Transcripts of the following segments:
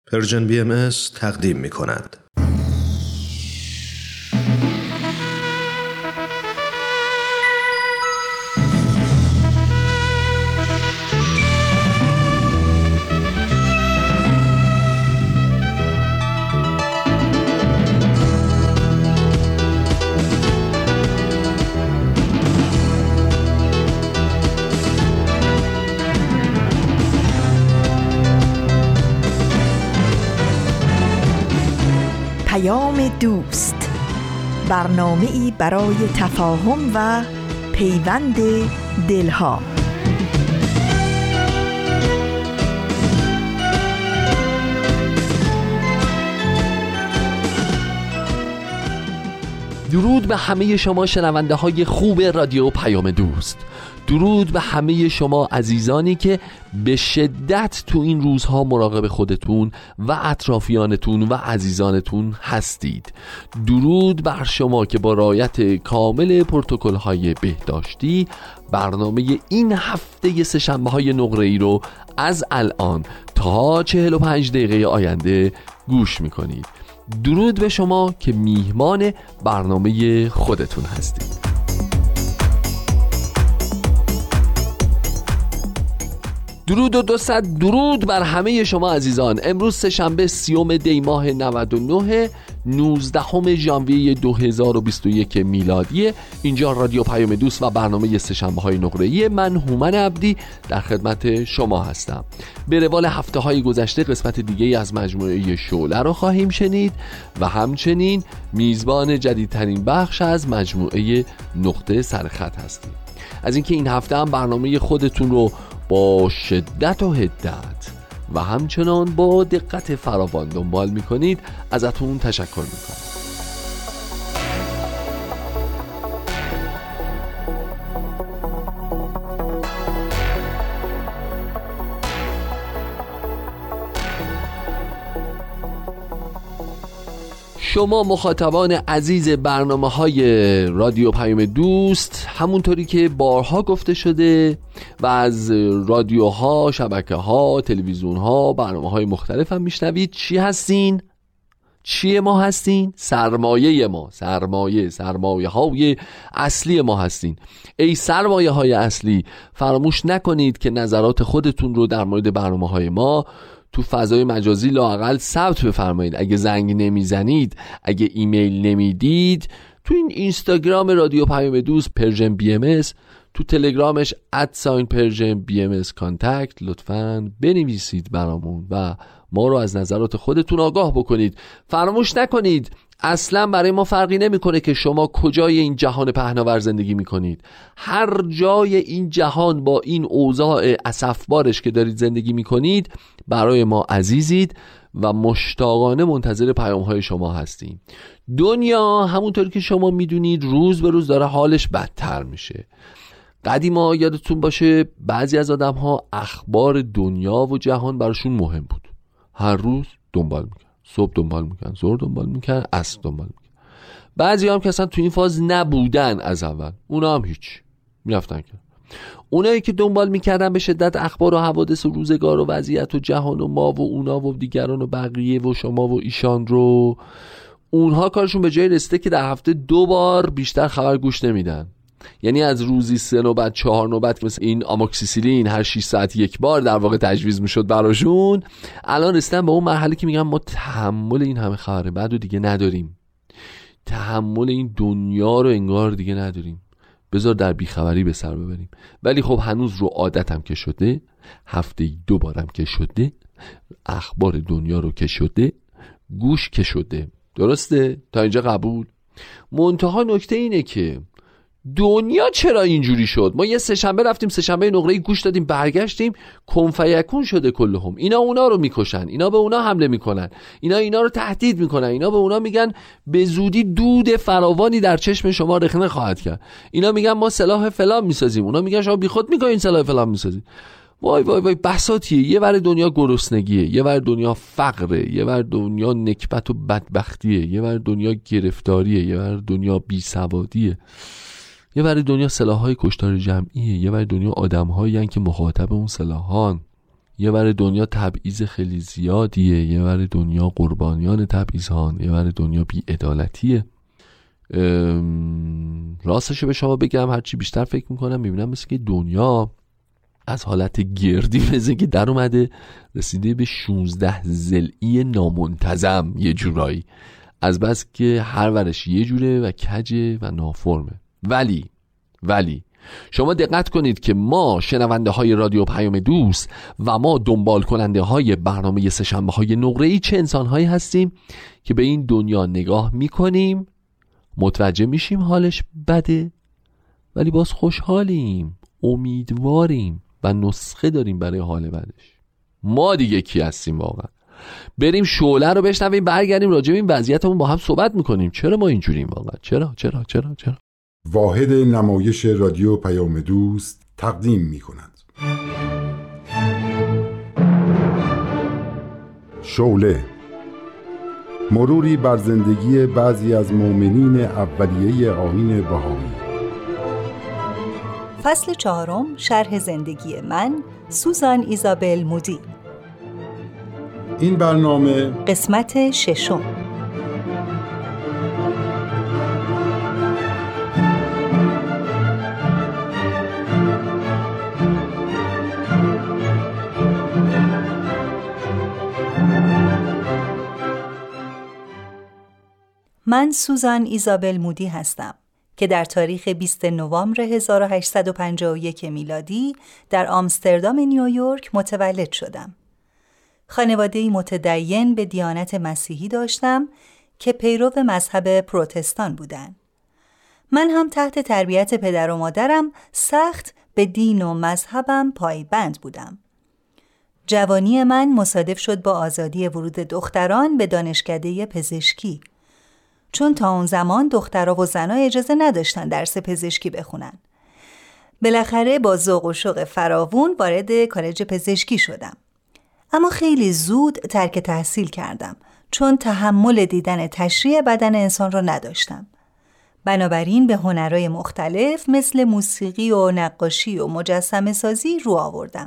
پرژن BMS تقدیم می‌کند. دوست، برنامه‌ای برای تفاهم و پیوند دلها. درود به همه شما شنونده های خوب رادیو پیام دوست. درود به همه شما عزیزانی که به شدت تو این روزها مراقب خودتون و اطرافیانتون و عزیزانتون هستید. درود بر شما که با رعایت کامل پروتکل‌های بهداشتی برنامه این هفته سه‌شنبه‌های نقره‌ای رو از الان تا 45 دقیقه آینده گوش میکنید. درود به شما که میهمان برنامه خودتون هستید. درود و 200 درود بر همه شما عزیزان. امروز سه‌شنبه 30 دی ماه 99 19 ژانویه 2021 میلادی. اینجا رادیو پیام دوست و برنامه سه‌شنبه های نقره‌ای من هومن عبدی در خدمت شما هستم. به روال هفته های گذشته قسمت دیگه از مجموعه شعله رو خواهیم شنید و همچنین میزبان جدیدترین بخش از مجموعه نقطه سرخط هستیم. از اینکه این هفته هم برنامه خودتون رو با شدت و حدت و همچنان با دقت فراوان دنبال میکنید ازتون تشکر میکنم. شما مخاطبان عزیز برنامه‌های رادیو پیام دوست، همونطوری که بارها گفته شده و از رادیوها، شبکه‌ها، تلویزیون‌ها، برنامه‌های مختلف هم میشنوید، چی هستین؟ چیه ما هستین؟ سرمایه ما، سرمایه های اصلی ما هستین. ای سرمایه های اصلی، فراموش نکنید که نظرات خودتون رو در مورد برنامه‌های ما تو فضای مجازی لااقل ثبت بفرمایید. اگه زنگ نمیزنید، اگه ایمیل نمیدید، تو این اینستاگرام رادیو پیام دوست پرژن BMS، تو تلگرامش @پرژن BMS کانتکت لطفاً بنویسید برامون و ما رو از نظرات خودتون آگاه بکنید. فراموش نکنید اصلا برای ما فرقی نمیکنه که شما کجای این جهان پهناور زندگی میکنید. هر جای این جهان با این اوضاع اسفبارش که دارید زندگی میکنید برای ما عزیزید و مشتاقانه منتظر پیام‌های شما هستیم. دنیا همونطور که شما میدونید روز به روز داره حالش بدتر میشه. قدیما یادتون باشه بعضی از آدم‌ها اخبار دنیا و جهان براشون مهم بود. هر روز دنبال میکنن، صبح دنبال میکنن، ظهر دنبال میکنن، عصر دنبال میکنن. بعضی هم که اصلا تو این فاز نبودن از اول، اونا هم هیچ میرفتن که اونایی که دنبال میکردن به شدت اخبار و حوادث و روزگار و وضعیت و جهان و ما و اونا و دیگران و بقیه و شما و ایشان رو، اونها کارشون به جای رسیده که در هفته 2 بار بیشتر خبر گوش نمیدن. یعنی از روزی 3 نوبت 4 نوبت مثل این آموکسیسیلین هر 6 ساعت یک بار در واقع تجویز میشد براشون، الان رسیدن به اون مرحله که میگن ما تحمل این همه خبر بعدو دیگه نداریم، تحمل این دنیا رو انگار دیگه نداریم، بذار در بیخبری به سر ببریم. ولی خب هنوز رو عادتم که شده، هفته 2 بارم که شده، اخبار دنیا رو که شده، گوش که شده. درسته؟ تا اینجا قبول؟ منتها نکته اینه که دنیا چرا اینجوری شد؟ ما یه سه‌شنبه رفتیم، سه‌شنبه نقره‌ای گوش دادیم، برگشتیم کن فیکون شده کلهم. اینا اونا رو میکشن، اینا به اونا حمله میکنن، اینا رو تهدید میکنن، اینا به اونا میگن به زودی دود فراوانی در چشم شما رخنه خواهد کرد. اینا میگن ما سلاح فلان میسازیم، اونا میگن شما بیخود میکنین سلاح فلان میسازید. وای وای وای بساطیه. یه ور دنیا گرسنگیه، یه ور دنیا فقره، یه ور دنیا نکبت و بدبختیه، یه ور دنیا گرفتاریه، یه ور دنیا بیسوادیه، یه ور دنیا سلاح‌های کشتار جمعیه، یه ور دنیا آدم‌هایی هستن که مخاطب اون سلاحان، یه ور دنیا تبعیض خیلی زیادیه، یه ور دنیا قربانیان تبعیضان، یه ور دنیا بی‌عدالتیه. راستشو به شما بگم هرچی بیشتر فکر میکنم میبینم مثل که دنیا از حالت گردی مثل که در اومده رسیده به 16 ضلعی نامنتظم یه جورایی، از بس که هر ورش یه جوره و کجه و نافرمه. ولی شما دقت کنید که ما شنونده های رادیو پیام دوست و ما دنبال کننده های برنامه سه‌شنبه های نقره‌ای چه انسان هایی هستیم که به این دنیا نگاه میکنیم، متوجه میشیم حالش بده ولی باز خوشحالیم، امیدواریم و نسخه داریم برای حال بدش. ما دیگه کی هستیم واقعا؟ بریم شعله رو بشنویم، برگردیم راجع به این وضعیتمون با هم صحبت میکنیم. چرا ما اینجوریم واقعا؟ چرا؟ واحد نمایش رادیو پیام دوست تقدیم میکند شعله، مروری بر زندگی بعضی از مؤمنین اولیه آیین بهایی. فصل 4، شرح زندگی من، سوزان ایزابل مودی. این برنامه قسمت 6. من سوزان ایزابل مودی هستم که در تاریخ 20 نوامبر 1851 میلادی در آمستردام نیویورک متولد شدم. خانواده‌ای متدین به دیانت مسیحی داشتم که پیرو مذهب پروتستان بودند. من هم تحت تربیت پدر و مادرم سخت به دین و مذهبم پایبند بودم. جوانی من مصادف شد با آزادی ورود دختران به دانشکده پزشکی، چون تا اون زمان دخترها و زنها اجازه نداشتن درس پزشکی بخونن. بالاخره با ذوق و شوق فراوون وارد کالج پزشکی شدم. اما خیلی زود ترک تحصیل کردم چون تحمل دیدن تشریح بدن انسان را نداشتم. بنابراین به هنرهای مختلف مثل موسیقی و نقاشی و مجسمه سازی رو آوردم.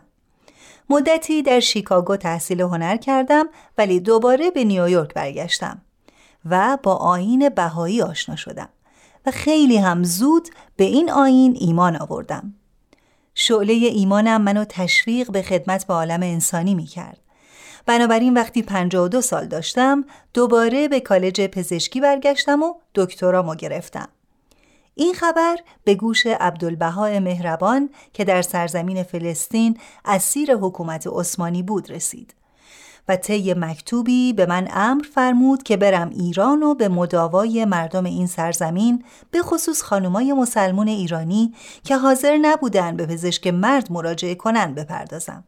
مدتی در شیکاگو تحصیل هنر کردم ولی دوباره به نیویورک برگشتم و با آیین بهایی آشنا شدم و خیلی هم زود به این آیین ایمان آوردم. شعله ایمانم منو تشویق به خدمت به عالم انسانی می کرد. بنابراین وقتی 52 سال داشتم دوباره به کالج پزشکی برگشتم و دکترامو گرفتم. این خبر به گوش عبدالبها مهربان که در سرزمین فلسطین اسیر حکومت عثمانی بود رسید و طی مکتوبی به من امر فرمود که برم ایران و به مداوای مردم این سرزمین به خصوص خانمای مسلمون ایرانی که حاضر نبودن به پزشک مرد مراجعه کنن بپردازم.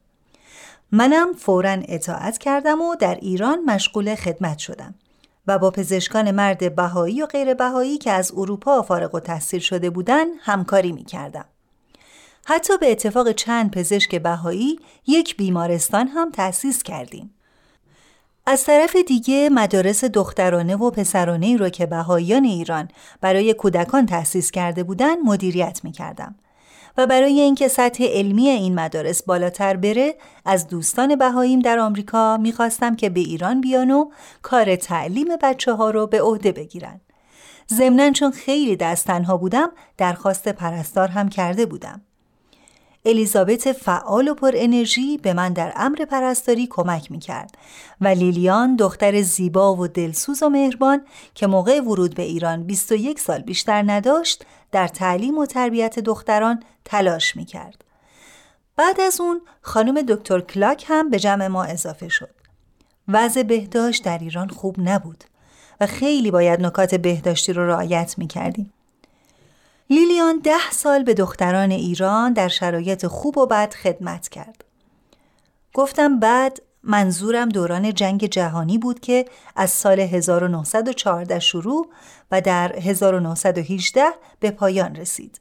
منم فوراً اطاعت کردم و در ایران مشغول خدمت شدم و با پزشکان مرد بهایی و غیر بهایی که از اروپا فارغ التحصیل شده بودن همکاری می کردم. حتی به اتفاق چند پزشک بهایی یک بیمارستان هم تأسیس کردیم. از طرف دیگه مدارس دخترانه و پسرانه‌ای رو که بهاییان ایران برای کودکان تأسیس کرده بودن مدیریت می‌کردم و برای اینکه سطح علمی این مدارس بالاتر بره از دوستان بهاییم در آمریکا می‌خواستم که به ایران بیان و کار تعلیم بچه‌ها رو به عهده بگیرن. ضمناً چون خیلی دست تنها بودم درخواست پرستار هم کرده بودم. الیزابت فعال و پر انرژی به من در امر پرستاری کمک میکرد و لیلیان دختر زیبا و دلسوز و مهربان که موقع ورود به ایران 21 سال بیشتر نداشت در تعلیم و تربیت دختران تلاش میکرد. بعد از اون خانم دکتر کلاک هم به جمع ما اضافه شد. وضع بهداشت در ایران خوب نبود و خیلی باید نکات بهداشتی رو رعایت میکردیم. لیلیان 10 سال به دختران ایران در شرایط خوب و بد خدمت کرد. گفتم بعد منظورم دوران جنگ جهانی بود که از سال 1914 شروع و در 1918 به پایان رسید.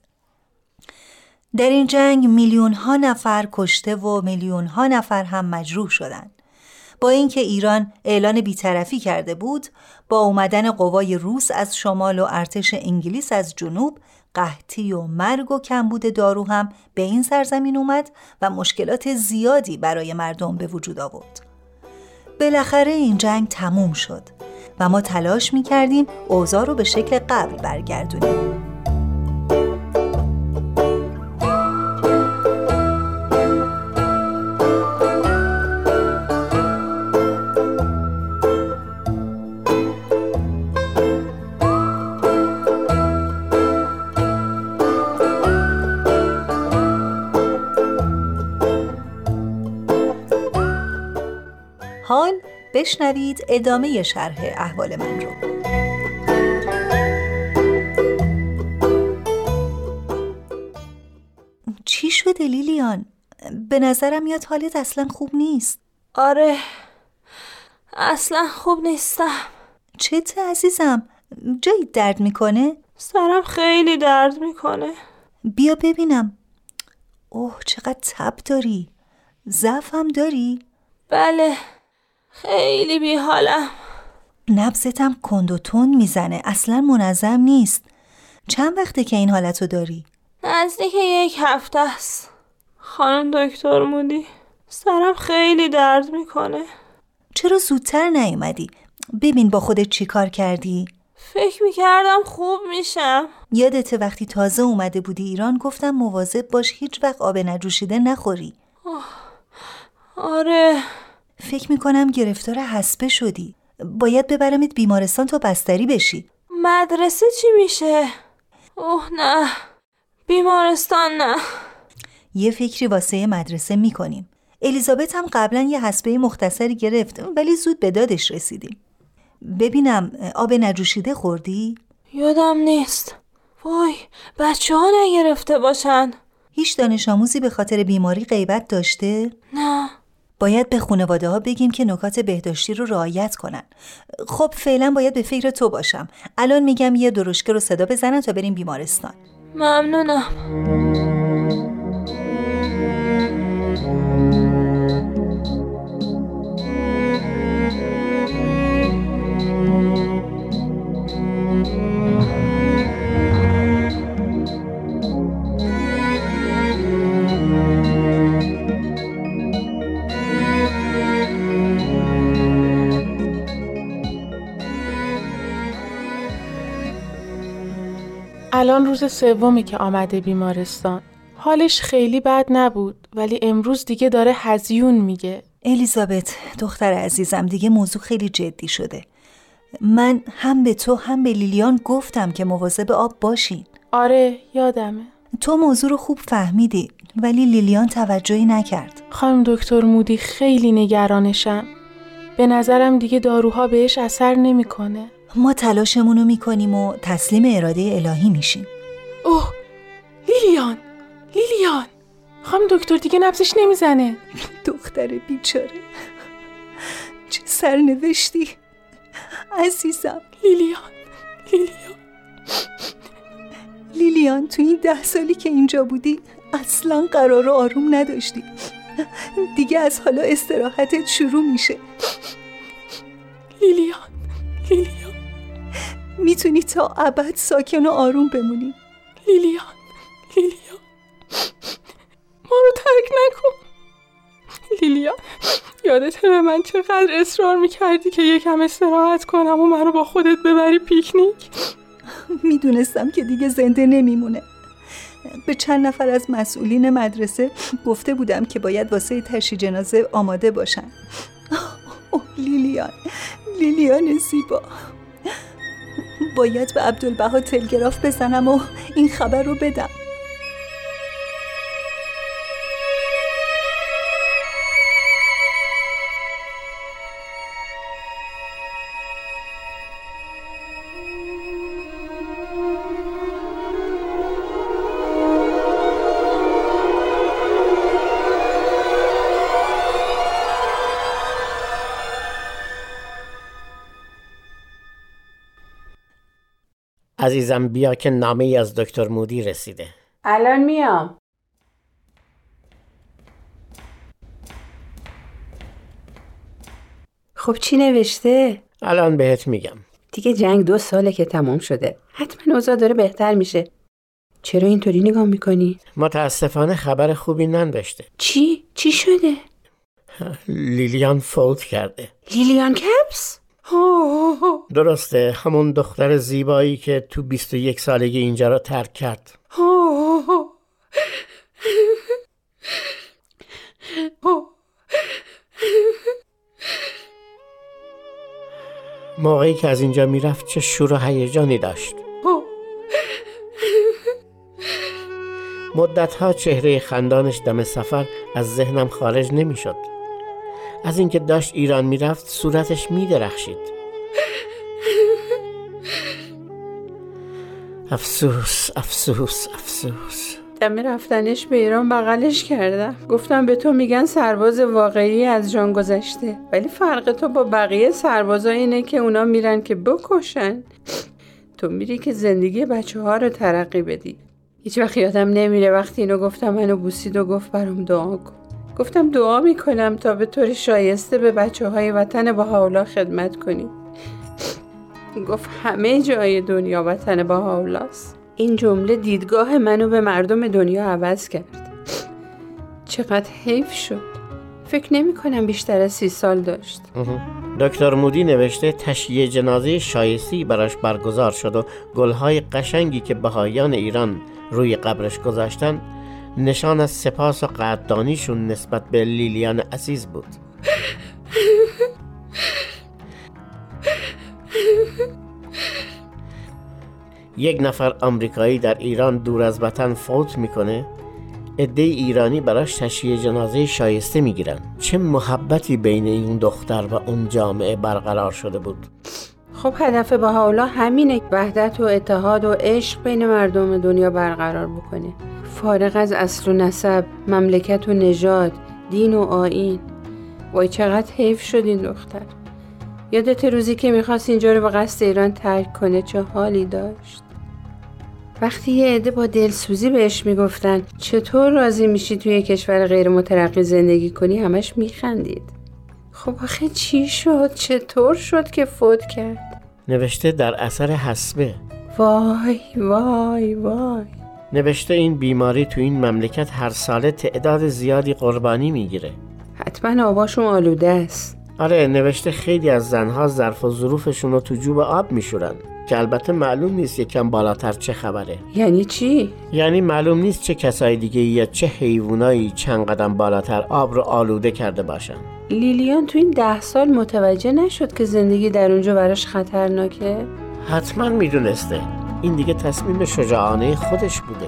در این جنگ میلیون‌ها نفر کشته و میلیون‌ها نفر هم مجروح شدند. با اینکه ایران اعلان بی‌طرفی کرده بود، با اومدن قوای روس از شمال و ارتش انگلیس از جنوب قحطی و مرگ و کمبود دارو هم به این سرزمین اومد و مشکلات زیادی برای مردم به وجود آورد. بالاخره این جنگ تموم شد و ما تلاش می‌کردیم اوضاع رو به شکل قبل برگردونیم. حال بشنوید ادامه شرح احوال من رو. چی شده لیلیان؟ به نظرم میاد حالت اصلا خوب نیست. آره، اصلا خوب نیستم. چته عزیزم؟ جایی درد میکنه؟ سرم خیلی درد میکنه. بیا ببینم. اوه چقدر تب داری. ضعف هم داری؟ بله، خیلی بیحالم. نبضتم کند و تند میزنه، اصلا منظم نیست. چند وقته که این حالتو داری؟ نزدیک 1 هفته است. خانم دکتر مودی، سرم خیلی درد میکنه. چرا زودتر نیومدی؟ ببین با خودت چی کار کردی؟ فکر میکردم خوب میشم. یادت وقتی تازه اومده بودی ایران گفتم مواظب باش هیچ وقت آب نجوشیده نخوری. آره. فکر میکنم گرفتار حصبه شدی. باید ببرمت بیمارستان تا بستری بشی. مدرسه چی میشه؟ اوه نه، بیمارستان نه. یه فکری واسه مدرسه میکنیم. الیزابت هم قبلا یه حصبه مختصری گرفت ولی زود به دادش رسیدیم. ببینم آب نجوشیده خوردی؟ یادم نیست. وای، بچه ها نگرفته باشن. هیچ دانش آموزی به خاطر بیماری غیبت داشته؟ نه. باید به خانواده ها بگیم که نکات بهداشتی رو رعایت کنن. خب فعلا باید به فکر تو باشم. الان میگم یه درشکه رو صدا بزنن تا بریم بیمارستان. ممنونم. الان روز 3 که آمده بیمارستان. حالش خیلی بد نبود ولی امروز دیگه داره هزیون میگه. الیزابت دختر عزیزم دیگه موضوع خیلی جدی شده. من هم به تو هم به لیلیان گفتم که مواظب آب باشین. آره یادمه. تو موضوع رو خوب فهمیدی ولی لیلیان توجهی نکرد. خانم دکتر مودی خیلی نگرانشم. به نظرم دیگه داروها بهش اثر نمیکنه. ما تلاشمونو میکنیم و تسلیم اراده الهی میشیم. اوه لیلیان خانم دکتر دیگه نبضش نمیزنه. دختر بیچاره چه سرنوشتی عزیزم. لیلیان تو این 10 سالی که اینجا بودی اصلا قرار آروم نداشتی. دیگه از حالا استراحتت شروع میشه. لیلیان میتونی تا ابد ساکن و آروم بمونی. لیلیان ما رو ترک نکن. لیلیان یادته به من چقدر اصرار میکردی که یکم استراحت کنم و منو با خودت ببری پیکنیک؟ میدونستم که دیگه زنده نمیمونه. به چند نفر از مسئولین مدرسه گفته بودم که باید واسه تشییع جنازه آماده باشن. لیلیان زیبا. باید به عبدالبها تلگراف بزنم و این خبر رو بدم. عزیزم بیا که نامه‌ای از دکتر مودی رسیده. الان میام. خب چی نوشته؟ الان بهت میگم. دیگه جنگ 2 ساله که تموم شده. حتما اوضاع داره بهتر میشه. چرا اینطوری نگاه میکنی؟ متاسفانه خبر خوبی ننوشته. چی؟ چی شده؟ لیلیان فوت کرده. لیلیان کپس؟ درسته، همون دختر زیبایی که تو 21 سالگی اینجا رو ترک کرد. موقعی که از اینجا میرفت چه شور و هیجانی داشت. مدتها چهره خندانش دم سفر از ذهنم خارج نمیشد. از اینکه داشت ایران میرفت صورتش میدرخشید. افسوس افسوس افسوس. دم رفتنش به ایران بغلش کردم، گفتم به تو میگن سرباز واقعی از جان گذشته، ولی فرق تو با بقیه سربازا اینه که اونا میرن که بکشن، تو میری که زندگی بچه ها رو ترقی بدی. هیچ وقت یادم نمیره وقتی اینو گفتم منو بوسید و گفت برام دعا کن. گفتم دعا میکنم تا به طور شایسته به بچه های وطن بهاءالله خدمت کنی. گفت همه جای دنیا وطن بهاءالله‌ست. این جمله دیدگاه منو به مردم دنیا عوض کرد. چقدر حیف شد. فکر نمی کنم بیشتر از 30 سال داشت. دکتر مودی نوشته تشییع جنازه شایستی براش برگزار شد و گلهای قشنگی که بهائیان ایران روی قبرش گذاشتن نشان از سپاس و قدردانیشون نسبت به لیلیان عزیز بود. یک نفر آمریکایی در ایران دور از وطن فوت میکنه، عده ایرانی براش تشییع جنازه شایسته میگیرن. چه محبتی بین این دختر و اون جامعه برقرار شده بود. خب هدف بهاءالله همینه، وحدت و اتحاد و عشق بین مردم دنیا برقرار بکنه، فارغ از اصل و نسب، مملکت و نژاد، دین و آیین. وای چقدر حیف شد این دختر. یادت روزی که میخواست اینجا رو به قصد ایران ترک کنه چه حالی داشت؟ وقتی یه عده با دلسوزی بهش میگفتن چطور راضی میشی توی کشور غیر مترقی زندگی کنی، همش میخندید. خب آخه چی شد؟ چطور شد که فوت کرد؟ نوشته در اثر حصبه. وای وای وای. نوشته این بیماری تو این مملکت هر ساله تعداد زیادی قربانی میگیره. حتما آباشون آلوده است. آره، نوشته خیلی از زنها ظرف و ظروفشون رو تو جوب آب میشورن که البته معلوم نیست یکم بالاتر چه خبره. یعنی چی؟ یعنی معلوم نیست چه کسای دیگه یا چه حیوانایی چند قدم بالاتر آب رو آلوده کرده باشن. لیلیان تو این 10 سال متوجه نشد که زندگی در اونجا براش خطرناکه؟ حتما میدونسته. این دیگه تصمیم شجاعانه خودش بوده.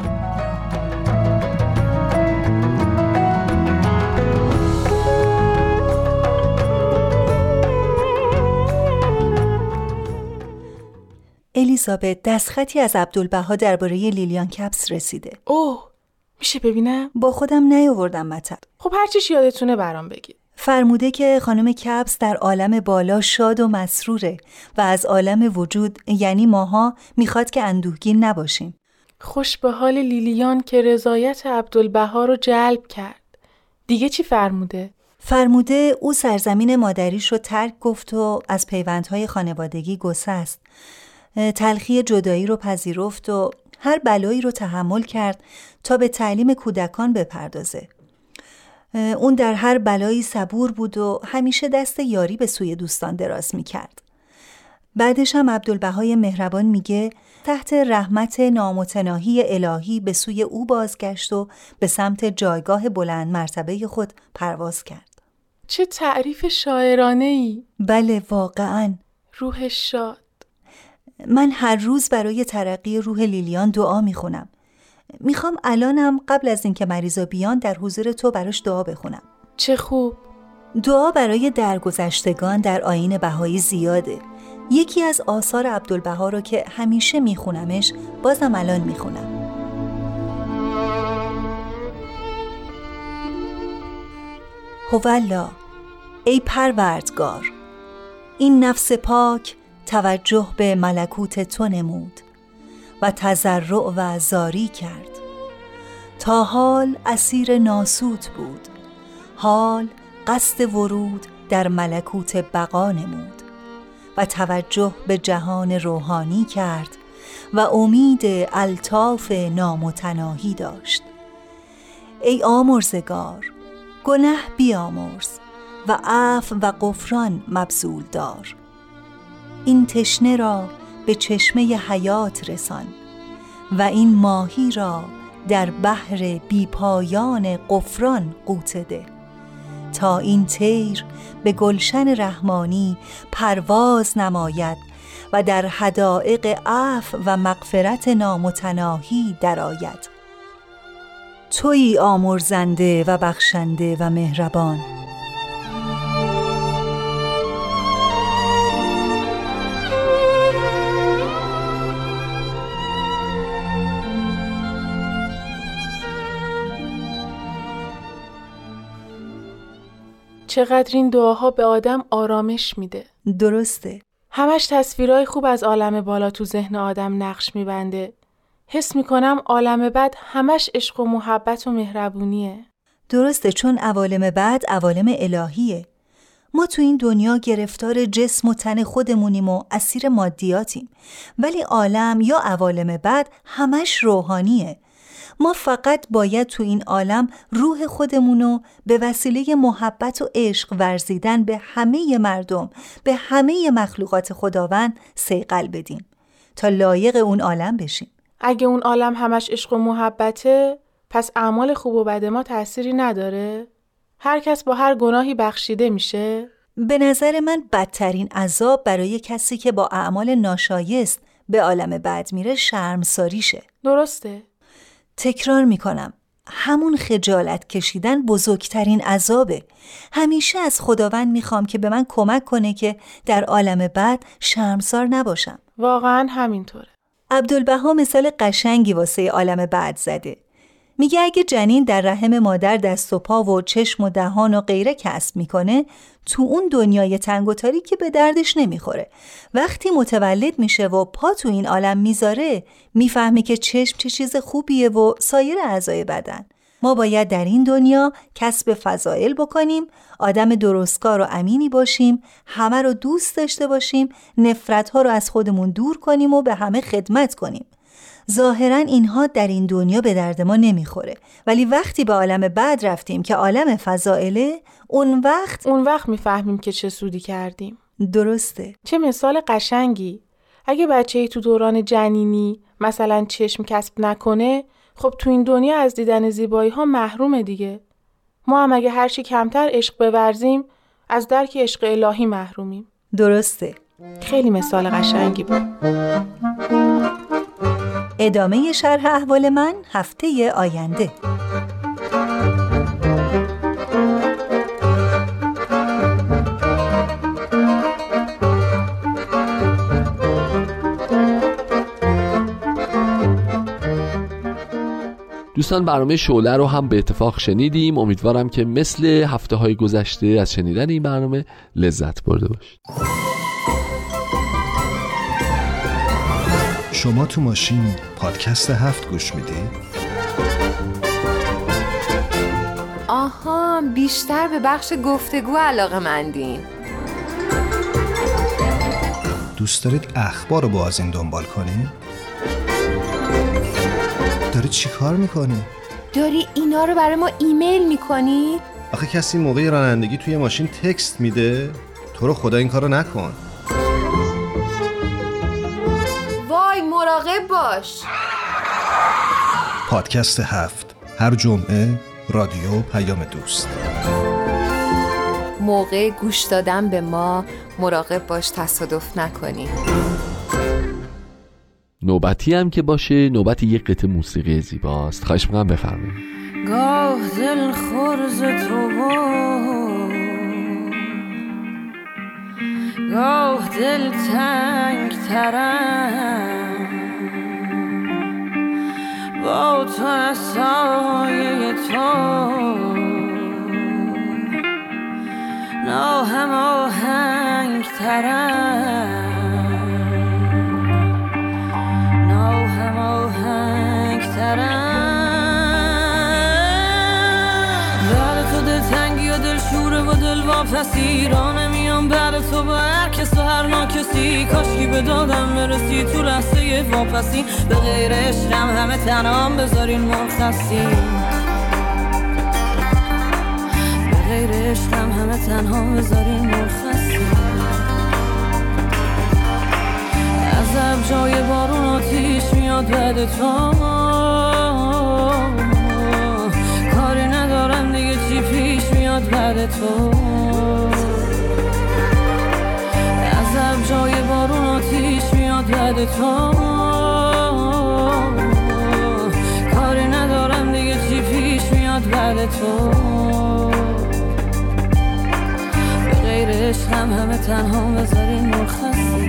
الیزابت دستخطی از عبدالبها درباره لیلیان کپس رسیده. اوه، میشه ببینم؟ با خودم نیاوردم مطب. خب هر چیش یادتونه برام بگید. فرموده که خانم کپس در عالم بالا شاد و مسروره و از عالم وجود یعنی ماها میخواد که اندوهگین نباشیم. خوش به حال لیلیان که رضایت عبدالبها رو جلب کرد. دیگه چی فرموده؟ فرموده او سرزمین مادریش رو ترک گفت و از پیوندهای خانوادگی گسست. تلخی جدایی رو پذیرفت و هر بلایی رو تحمل کرد تا به تعلیم کودکان بپردازه. اون در هر بلایی صبور بود و همیشه دست یاری به سوی دوستان دراز میکرد. بعدش هم عبدالبهای مهربان میگه تحت رحمت نامتناهی الهی به سوی او بازگشت و به سمت جایگاه بلند مرتبه خود پرواز کرد. چه تعریف شاعرانه‌ای. بله واقعاً. روحش شاد. من هر روز برای ترقی روح لیلیان دعا میخونم. میخوام الانم قبل از اینکه مریضا بیان در حضور تو براش دعا بخونم. چه خوب. دعا برای درگذشتگان در آیین بهایی زیاده. یکی از آثار عبدالبها رو که همیشه میخونمش بازم الان میخونم. هوالله، ای پروردگار، این نفس پاک توجه به ملکوت تو نمود و تضرع و زاری کرد. تا حال اسیر ناسوت بود، حال قصد ورود در ملکوت بقا نمود و توجه به جهان روحانی کرد و امید الطاف نامتناهی داشت. ای آمرزگار، گناه بیامرز و عفو و غفران مبذول دار. این تشنه را به چشمه حیات رسان و این ماهی را در بحر بیپایان غفران غوطه ده، تا این طیر به گلشن رحمانی پرواز نماید و در حدائق عفو و مغفرت نامتناهی درآید. تویی آمرزنده و بخشنده و مهربان. چقدر این دعاها به آدم آرامش میده. درسته. همش تصویرهای خوب از عالم بالا تو ذهن آدم نقش میبنده. حس میکنم عالم بعد همش عشق و محبت و مهربونیه. درسته، چون عوالم بعد عوالم الهیه. ما تو این دنیا گرفتار جسم و تن خودمونیم و اسیر مادیاتیم، ولی عالم یا عوالم بعد همش روحانیه. ما فقط باید تو این عالم روح خودمونو به وسیله محبت و عشق ورزیدن به همه مردم، به همه مخلوقات خداوند صیقل بدیم تا لایق اون عالم بشیم. اگه اون عالم همش عشق و محبته، پس اعمال خوب و بد ما تأثیری نداره؟ هر کس با هر گناهی بخشیده میشه؟ به نظر من بدترین عذاب برای کسی که با اعمال ناشایست به عالم بعد میره شرمساریشه. درسته. تکرار میکنم، همون خجالت کشیدن بزرگترین عذابه. همیشه از خداوند میخوام که به من کمک کنه که در عالم بعد شرمسار نباشم. واقعا همینطوره. عبدالبها مثال قشنگی واسه عالم بعد زده. میگه اگه جنین در رحم مادر دست و پا و چشم و دهان و غیره کسب میکنه، تو اون دنیای تنگ و تاریکی به دردش نمیخوره. وقتی متولد میشه و پا تو این عالم میذاره، میفهمی که چشم چه چیز خوبیه و سایر اعضای بدن. ما باید در این دنیا کسب فضائل بکنیم، آدم درستکار و امینی باشیم، همه رو دوست داشته باشیم، نفرت‌ها رو از خودمون دور کنیم و به همه خدمت کنیم. ظاهراً اینها در این دنیا به درد ما نمیخوره، ولی وقتی به عالم بعد رفتیم که عالم فضائله، اون وقت میفهمیم که چه سودی کردیم. درسته. چه مثال قشنگی. اگه بچه‌ای تو دوران جنینی مثلا چشم کسب نکنه، خب تو این دنیا از دیدن زیبایی ها محرومه دیگه. ما هم اگه هرچی کمتر عشق بورزیم، از درک عشق الهی محرومیم. درسته. خیلی مثال قشنگی بود. ادامه شرح احوال من هفته آینده. دوستان، برنامه شعله رو هم به اتفاق شنیدیم. امیدوارم که مثل هفته‌های گذشته از شنیدن این برنامه لذت برده باشید. شما تو ماشین پادکست 7 گوش میدید؟ آها، بیشتر به بخش گفتگو علاقه‌مندین. دوست دارید اخبار رو با از این دنبال کنید؟ داری چی کار میکنی؟ داری اینا رو برای ما ایمیل میکنی؟ آخه کسی موقع رانندگی توی ماشین تکست میده؟ تو رو خدا این کارو نکن. وای، مراقب باش. پادکست 7 هر جمعه، رادیو پیام دوست. موقع گوش دادن به ما مراقب باش تصادف نکنی. نوبتی هم که باشه، نوبت یک قطعه موسیقی زیباست. خواهش می‌کنم بفرمایید. گاه دل خرز تو گاه دل تنگ ترم، با تو از سایه تو ناهم آهنگ ترم، ناهم آهنگ ترم. بعد تو دل تنگی و دل شوره و دل واپسی را نمیام، بعد تو تو با هر کس و هر ناکسی، کاشکی به دادم برسی تو لحظه واپسی، به غیر عشقم همه تنهام بذارین مرخصی، به غیر عشقم همه تنهام بذارین مرخصی. عذب جای بارون آتیش میاد بعد تو، کاری ندارم دیگه چی پیش میاد بعد تو. عذب جای بارون آتیش میاد بعد تو، کاری ندارم دیگه چی پیش میاد بعد تو. به غیر عشقم همه تنها بذارین مرخصی.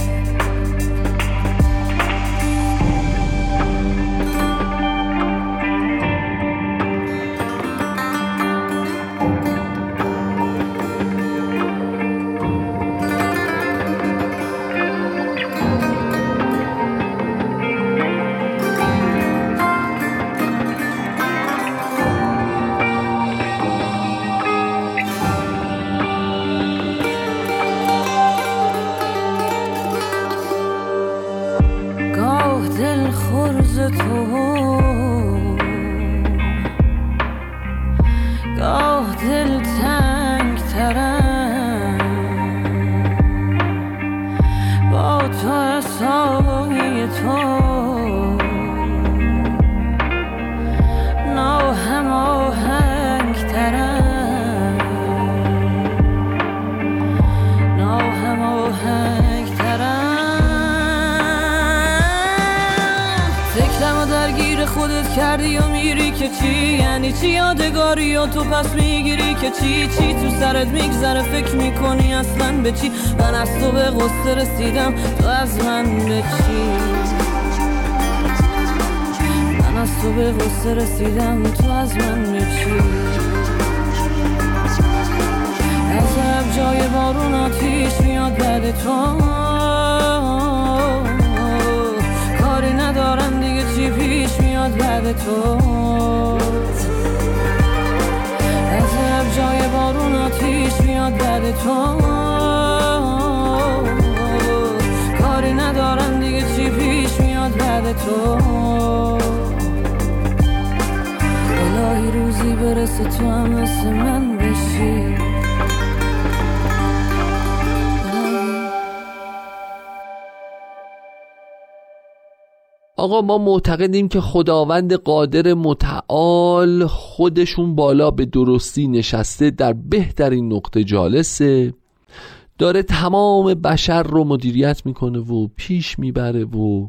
کردی و میری که چی؟ یعنی چی یادگاری و تو پس میگیری که چی؟ چی تو سرت میگذره فکر میکنی اصلا به چی؟ من از تو به قصه رسیدم تو از من به چی؟ من از تو به قصه رسیدم تو از من به چی؟ عذب جای بارون آتیش میاد بعد تو، کاری ندارم دیگه چی پیش میاد بعد تو. عذب جای بارون آتیش میاد بعد تو، کاری ندارم دیگه چی پیش میاد بعد تو. الهی روزی برسه تو هم مثل من بشی. آقا ما معتقدیم که خداوند قادر متعال خودشون بالا به درستی نشسته در بهترین نقطه جالسه، داره تمام بشر رو مدیریت میکنه و پیش میبره و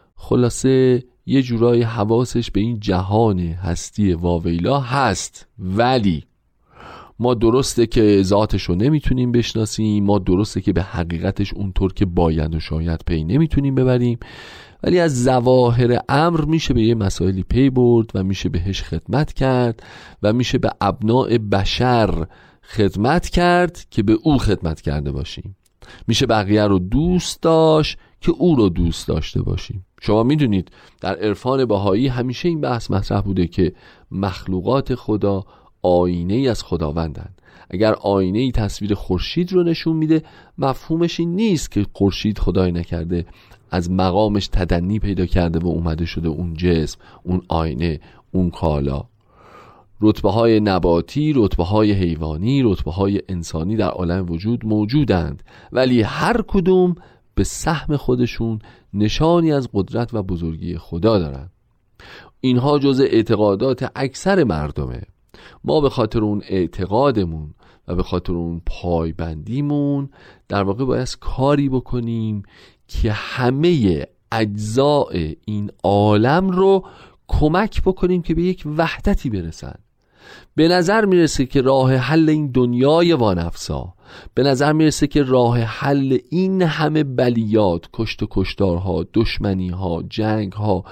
خلاصه یه جورای حواسش به این جهان هستی واویلا هست. ولی ما درسته که ذاتش رو نمیتونیم بشناسیم، ما درسته که به حقیقتش اونطور که باید و شاید پی نمیتونیم ببریم، ولی از ظواهر امر میشه به یه مسائلی پی برد و میشه بهش خدمت کرد و میشه به ابناء بشر خدمت کرد که به او خدمت کرده باشیم. میشه بقیه رو دوست داشت که او رو دوست داشته باشیم. شما میدونید در عرفان بهایی همیشه این بحث مطرح بوده که مخلوقات خدا آینه ای از خداوندن. اگر آینه ای تصویر خورشید رو نشون میده، مفهومش این نیست که خورشید خدای نکرده از مقامش تدنی پیدا کرده و اومده شده اون جسم، اون آینه، اون کالا. رتبه های نباتی، رتبه های حیوانی، رتبه های انسانی در عالم وجود موجودند، ولی هر کدوم به سهم خودشون نشانی از قدرت و بزرگی خدا دارند. اینها جزء اعتقادات اکثر مردمه. ما به خاطر اون اعتقادمون و به خاطر اون پایبندیمون در واقع باید کاری بکنیم که همه اجزاء این عالم رو کمک بکنیم که به یک وحدتی برسن. به نظر میرسه که راه حل این دنیای وانفسا، به نظر میرسه که راه حل این همه بلیات، کشت و کشتارها، دشمنیها، جنگها،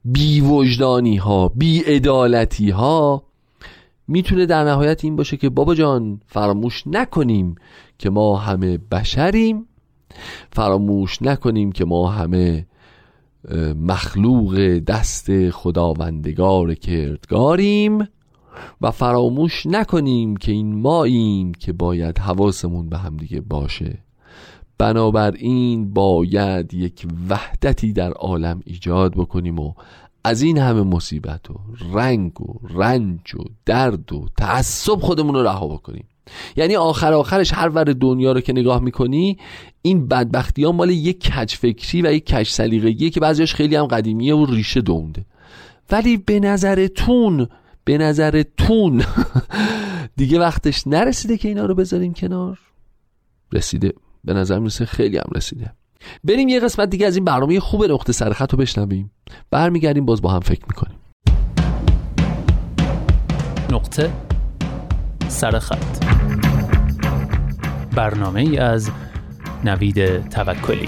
بیوجدانیها، بیعدالتیها میتونه در نهایت این باشه که بابا جان فراموش نکنیم که ما همه بشریم، فراموش نکنیم که ما همه مخلوق دست خداوندگار کردگاریم و فراموش نکنیم که این ماییم که باید حواسمون به هم دیگه باشه. بنابراین باید یک وحدتی در عالم ایجاد بکنیم و از این همه مصیبت و رنگ و رنج و درد و تعصب خودمون رو رها بکنیم. یعنی آخرش هر ور دنیا رو که نگاه میکنی این بدبختی ها مال یک کج فکری و یک کج سلیقگیه که بعضیش خیلی هم قدیمیه و ریشه دونده. ولی به نظرتون دیگه وقتش نرسیده که اینا رو بذاریم کنار؟ رسیده، به نظر میرسه خیلی هم رسیده. بریم یه قسمت دیگه از این برنامه خوب نقطه سرخط رو بشنویم، برمیگردیم باز با هم فکر میکنیم. نقطه سرخط، برنامه ای از نوید توکلی.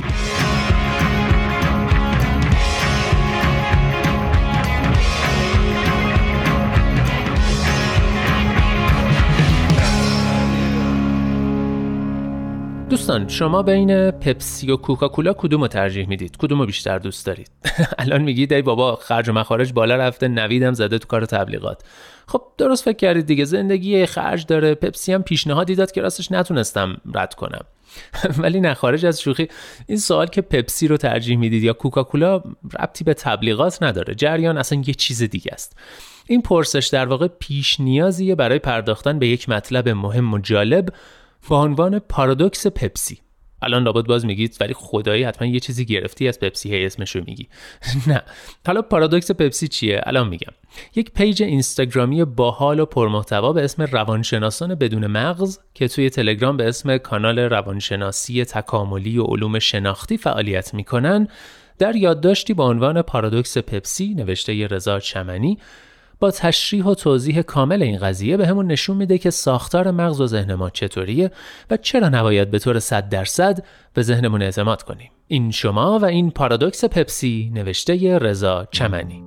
دوستان، شما بین پپسی و کوکاکولا کدومو ترجیح میدید؟ کدومو بیشتر دوست دارید؟ الان میگید ای بابا خرج و مخارج بالا رفته، نویدم زده تو کار تبلیغات. خب درست فکر کردید دیگه، زندگی خرج داره. پپسی هم پیشنهادی داد که راستش نتونستم رد کنم. ولی نه، خارج از شوخی، این سوال که پپسی رو ترجیح میدید یا کوکاکولا ربطی به تبلیغات نداره. جریان اصلا یه چیز دیگه است. این پرسش در واقع پیش نیازیه برای پرداختن به یک مطلب مهم و جالب با عنوان پارادوکس پپسی. الان لابد باز میگید ولی خدایی حتما یه چیزی گرفتی از پپسی هی اسمشو میگی. نه، حالا پارادوکس پپسی چیه؟ الان میگم. یک پیج اینستاگرامی باحال و پرمحتوا به اسم روانشناسان بدون مغز که توی تلگرام به اسم کانال روانشناسی تکاملی و علوم شناختی فعالیت میکنن، در یادداشتی با عنوان پارادوکس پپسی نوشته رضا چمنی با تشریح و توضیح کامل این قضیه به همون نشون میده که ساختار مغز و ذهن ما چطوریه و چرا نباید به طور 100% به ذهنمون اعتماد کنیم. این شما و این پارادوکس پپسی، نوشته رضا چمنی.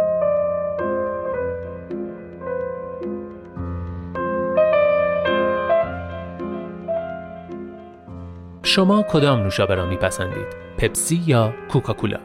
شما کدام نوشابه را میپسندید؟ پپسی یا کوکاکولا؟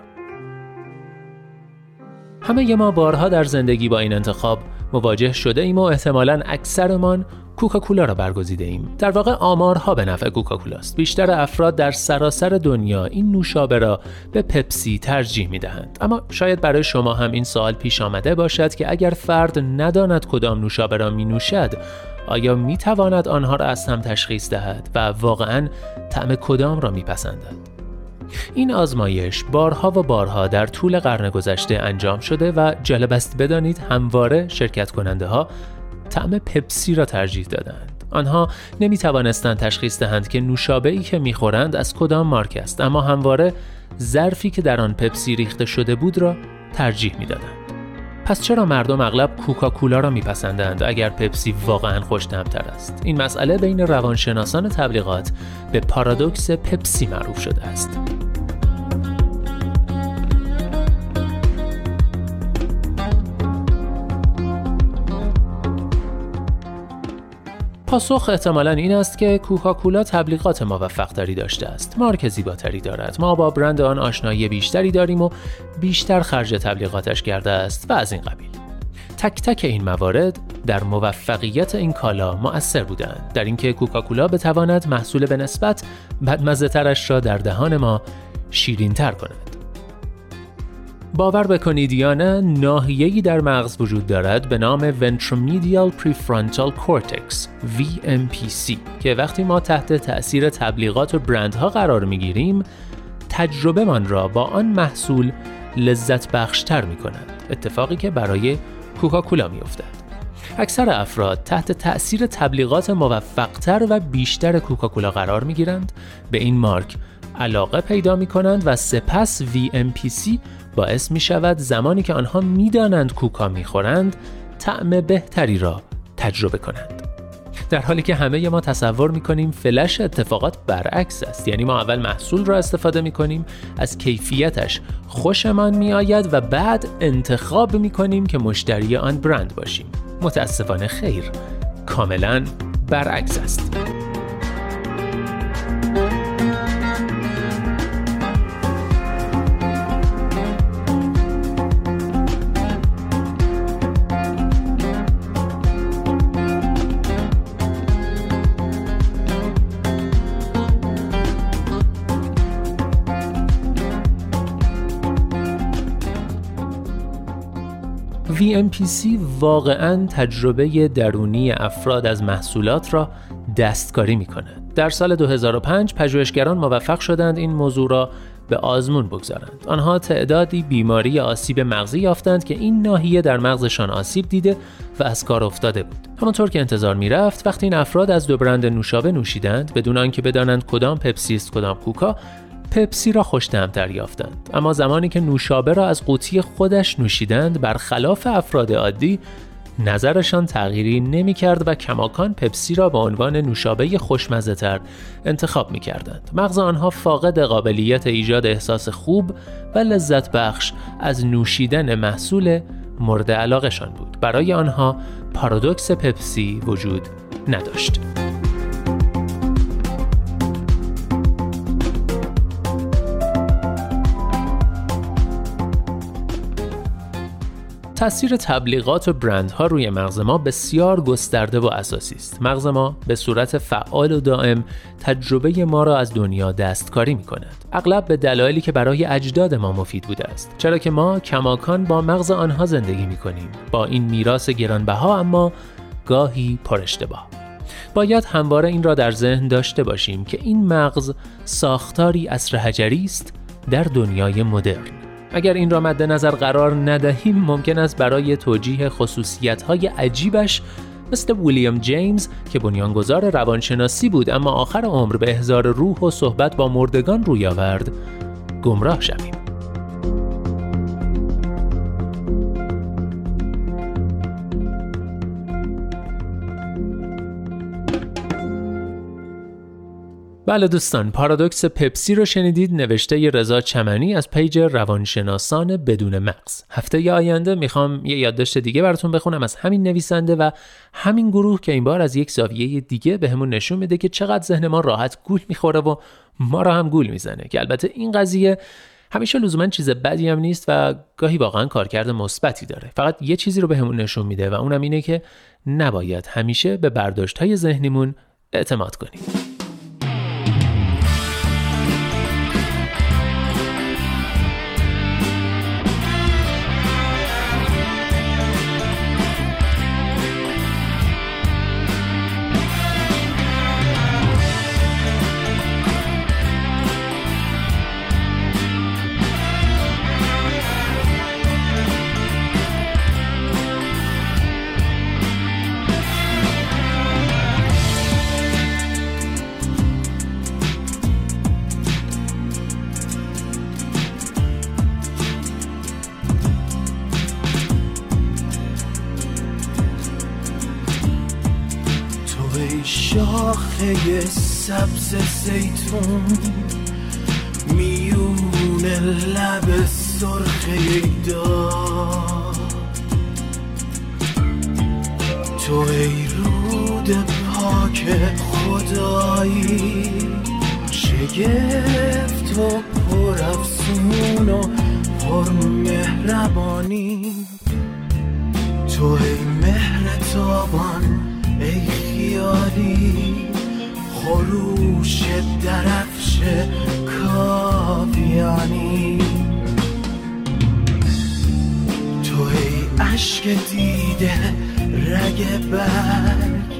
همه ما بارها در زندگی با این انتخاب مواجه شده ایم و احتمالاً اکثرمان کوکاکولا را برگزیده ایم. در واقع آمارها به نفع کوکاکولاست. بیشتر افراد در سراسر دنیا این نوشابه را به پپسی ترجیح می‌دهند. اما شاید برای شما هم این سوال پیش آمده باشد که اگر فرد نداند کدام نوشابه را می‌نوشد، آیا می‌تواند آنها را از هم تشخیص دهد و واقعاً طعم کدام را می‌پسندد؟ این آزمایش بارها و بارها در طول قرن گذشته انجام شده و جالب است بدانید همواره شرکت کننده ها طعم پپسی را ترجیح دادند. آنها نمی توانستند تشخیص دهند که نوشابه‌ای که می خورند از کدام مارک است، اما همواره ظرفی که در آن پپسی ریخته شده بود را ترجیح می دادند. پس چرا مردم اغلب کوکاکولا را می پسندند اگر پپسی واقعا خوش‌طعم‌تر است؟ این مسئله بین روانشناسان تبلیغات به پارادوکس پپسی معروف شده است. پاسخ احتمالاً این است که کوکاکولا تبلیغات موفق‌تری داشته است، مارک زیباتری دارد، ما با برند آن آشنایی بیشتری داریم و بیشتر خرج تبلیغاتش کرده است و از این قبیل. تک تک این موارد در موفقیت این کالا مؤثر بودند، در اینکه کوکاکولا بتواند محصول به نسبت بدمزه‌ترش را در دهان ما شیرین‌تر کند. باور بکنید یا نه، ناحیه‌ای در مغز وجود دارد به نام Ventromedial Prefrontal Cortex VMPC که وقتی ما تحت تأثیر تبلیغات و برندها قرار می‌گیریم، تجربه من را با آن محصول لذت بخشتر می‌کند، اتفاقی که برای کوکاکولا می‌افتد. اکثر افراد تحت تأثیر تبلیغات موفقتر و بیشتر کوکاکولا قرار می‌گیرند، به این مارک علاقه پیدا می‌کنند و سپس VMPC باعث می شود زمانی که آنها می دانند کوکا می خورند طعم بهتری را تجربه کنند. در حالی که همه ما تصور می کنیم فلش اتفاقات برعکس است، یعنی ما اول محصول را استفاده می کنیم، از کیفیتش خوشمان می آید و بعد انتخاب می کنیم که مشتری آن برند باشیم. متاسفانه خیر، کاملا برعکس است. VMPC واقعاً تجربه درونی افراد از محصولات را دستکاری می‌کنه. در سال 2005 پژوهشگران موفق شدند این موضوع را به آزمون بگذارند. آنها تعدادی بیماری آسیب مغزی یافتند که این ناحیه در مغزشان آسیب دیده و از کار افتاده بود. همانطور که انتظار می‌رفت، وقتی این افراد از 2 برند نوشابه نوشیدند بدون آنکه بدانند کدام پپسی است کدام کوکا، پپسی را خوش‌طعم‌تر یافتند. اما زمانی که نوشابه را از قوطی خودش نوشیدند، برخلاف افراد عادی نظرشان تغییری نمی‌کرد و کماکان پپسی را به عنوان نوشابه خوشمزه‌تر انتخاب می‌کردند. مغز آنها فاقد قابلیت ایجاد احساس خوب و لذت بخش از نوشیدن محصول مورد علاقه‌شان بود. برای آنها پارادوکس پپسی وجود نداشت. تأثیر تبلیغات و برندها روی مغز ما بسیار گسترده و اساسی است. مغز ما به صورت فعال و دائم تجربه ما را از دنیا دستکاری می‌کند. اغلب به دلایلی که برای اجداد ما مفید بوده است. چرا که ما کماکان با مغز آنها زندگی می‌کنیم. با این میراث گرانبها اما گاهی پر اشتباه. باید همواره این را در ذهن داشته باشیم که این مغز ساختاری عصر حجری است در دنیای مدرن. اگر این را مد نظر قرار ندهیم ممکن است برای توجیه خصوصیت‌های عجیبش مثل ویلیام جیمز که بنیانگذار روانشناسی بود اما آخر عمر به احضار روح و صحبت با مردگان روی آورد گمراه شویم. بله دوستان، پارادوکس پپسی رو شنیدید، نوشته رضا چمنی از پیج روانشناسان بدون مغز. هفته آینده میخوام یه یادداشت دیگه براتون بخونم از همین نویسنده و همین گروه که این بار از یک زاویه دیگه بهمون نشون میده که چقدر ذهن ما راحت گول میخوره و ما را هم گول میزنه، که البته این قضیه همیشه لزوما چیز بدی هم نیست و گاهی واقعا کارکرد مثبتی داره. فقط یه چیزی رو بهمون نشون میده و اونم اینه که نباید همیشه به برداشت‌های ذهنیمون اعتماد کنیم. شاخه سبز زیتون میون لب سرخه دار، تو ای رود پاک خدایی، شگفت و پرافسون و پرمهربانی، تو ای مهر تابان، ای خیالی، خروش درفش کاویانی، تو ای عشق دیده رگ برگ،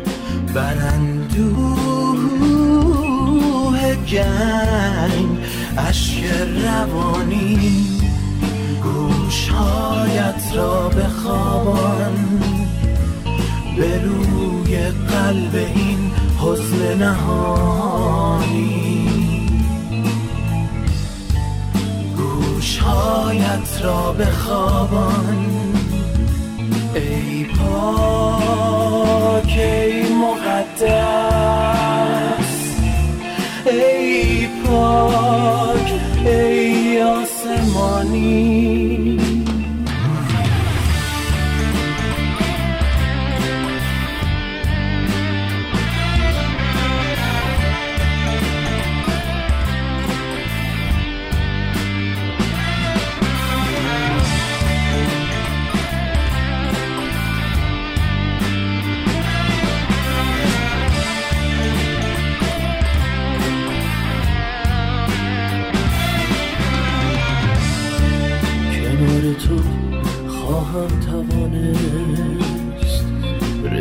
براندوه گنگ، عشق روانی، گوشهایت را بخوابان، به روی قلب این حزن نهانی، گوشهایت را بخوابان، ای پاک، ای مقدس، ای پاک، ای آسمانی.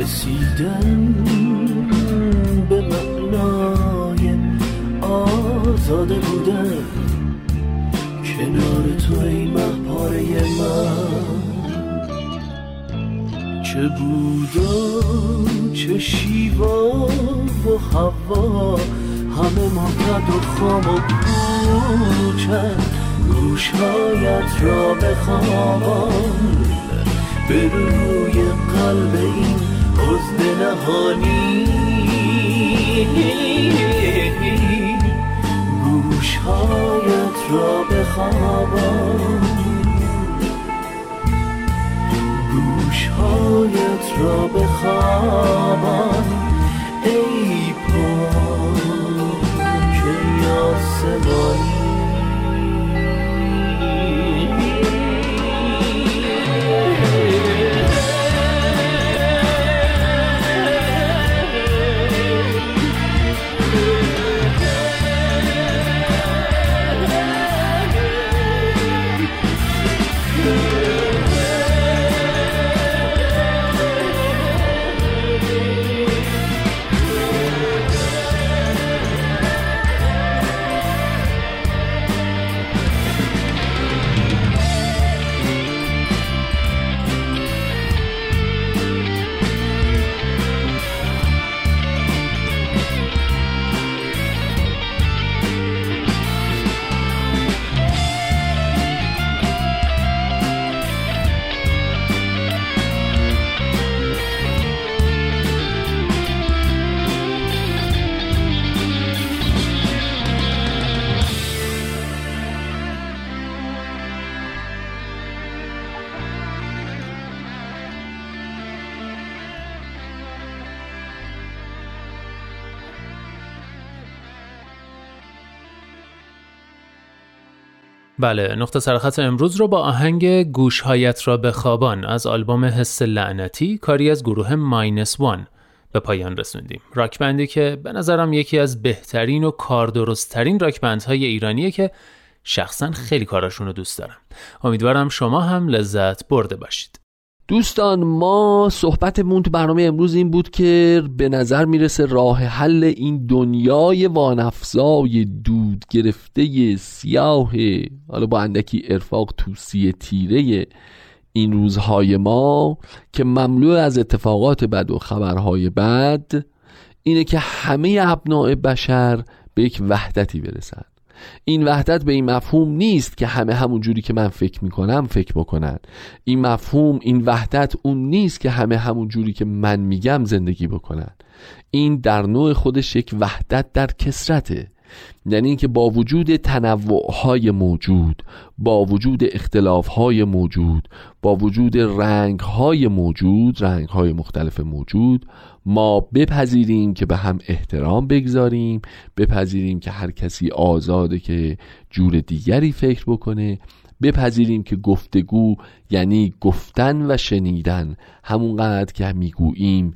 رسیدن به معنای آزاده بودن کنار تو ای مهپاره من. چه بودا چه شیوا و هوا همه ماند و خام و پوچن گوشهایت را بخوابان به روی قلب این حزن نهانی گوشهایت را بخوابان گوشهایت را بخوابان ای پاک آسمانی. بله، نقطه سرخط امروز رو با آهنگ گوشهایت را بخوابان از آلبوم حس لعنتی کاری از گروه -1 به پایان رسوندیم. راک بندی که به نظرم یکی از بهترین و کاردرست‌ترین راک بندهای ایرانیه که شخصا خیلی کاراشون رو دوست دارم. امیدوارم شما هم لذت برده باشید. دوستان، ما صحبتمون تو برنامه امروز این بود که به نظر میرسه راه حل این دنیای وانفزای دود گرفته سیاه، حالا با اندکی ارفاق توصیه تیره این روزهای ما که مملو از اتفاقات بد و خبرهای بد، اینه که همه ابناء بشر به یک وحدتی برسن. این وحدت به این مفهوم نیست که همه همون جوری که من فکر میکنم فکر بکنن. این مفهوم، این وحدت اون نیست که همه همون جوری که من میگم زندگی بکنن. این در نوع خودش یک وحدت در کثرته. یعنی اینکه با وجود تنوعهای موجود، با وجود اختلافهای موجود، با وجود رنگهای موجود، رنگهای مختلف موجود، ما بپذیریم که به هم احترام بگذاریم، بپذیریم که هر کسی آزاده که جور دیگری فکر بکنه، بپذیریم که گفتگو یعنی گفتن و شنیدن، همونقدر که میگوییم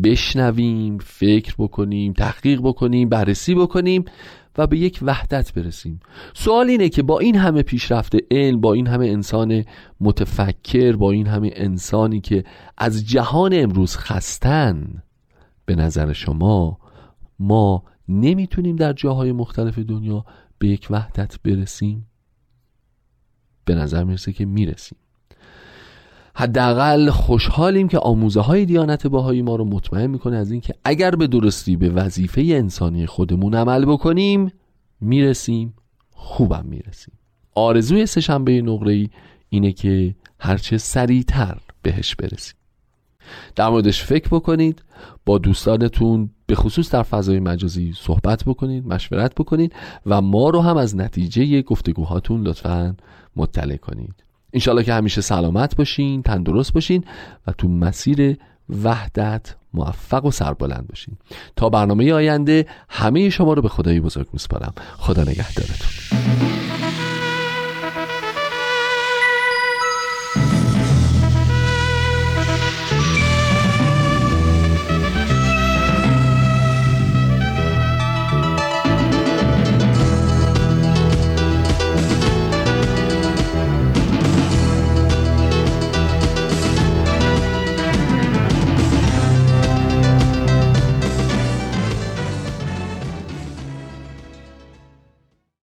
بشنویم، فکر بکنیم، تحقیق بکنیم، بررسی بکنیم و به یک وحدت برسیم. سوال اینه که با این همه پیشرفت علم، با این همه انسان متفکر، با این همه انسانی که از جهان امروز خستن، به نظر شما ما نمیتونیم در جاهای مختلف دنیا به یک وحدت برسیم؟ به نظر میرسه که میرسیم. حداقل خوشحالیم که آموزه های دیانت بهایی ما رو مطمئن میکنه از این که اگر به درستی به وظیفه انسانی خودمون عمل بکنیم میرسیم، خوبم میرسیم. آرزوی سه‌شنبه نقره‌ای اینه که هرچه سریعتر بهش برسیم. در موردش فکر بکنید، با دوستانتون به خصوص در فضای مجازی صحبت بکنید، مشورت بکنید و ما رو هم از نتیجه گفتگوهاتون لطفاً مطلع کنید. انشالله که همیشه سلامت باشین، تندرست باشین و تو مسیر وحدت موفق و سربلند باشین. تا برنامه آینده همه شما رو به خدای بزرگ میسپارم. خدا نگهدارتون.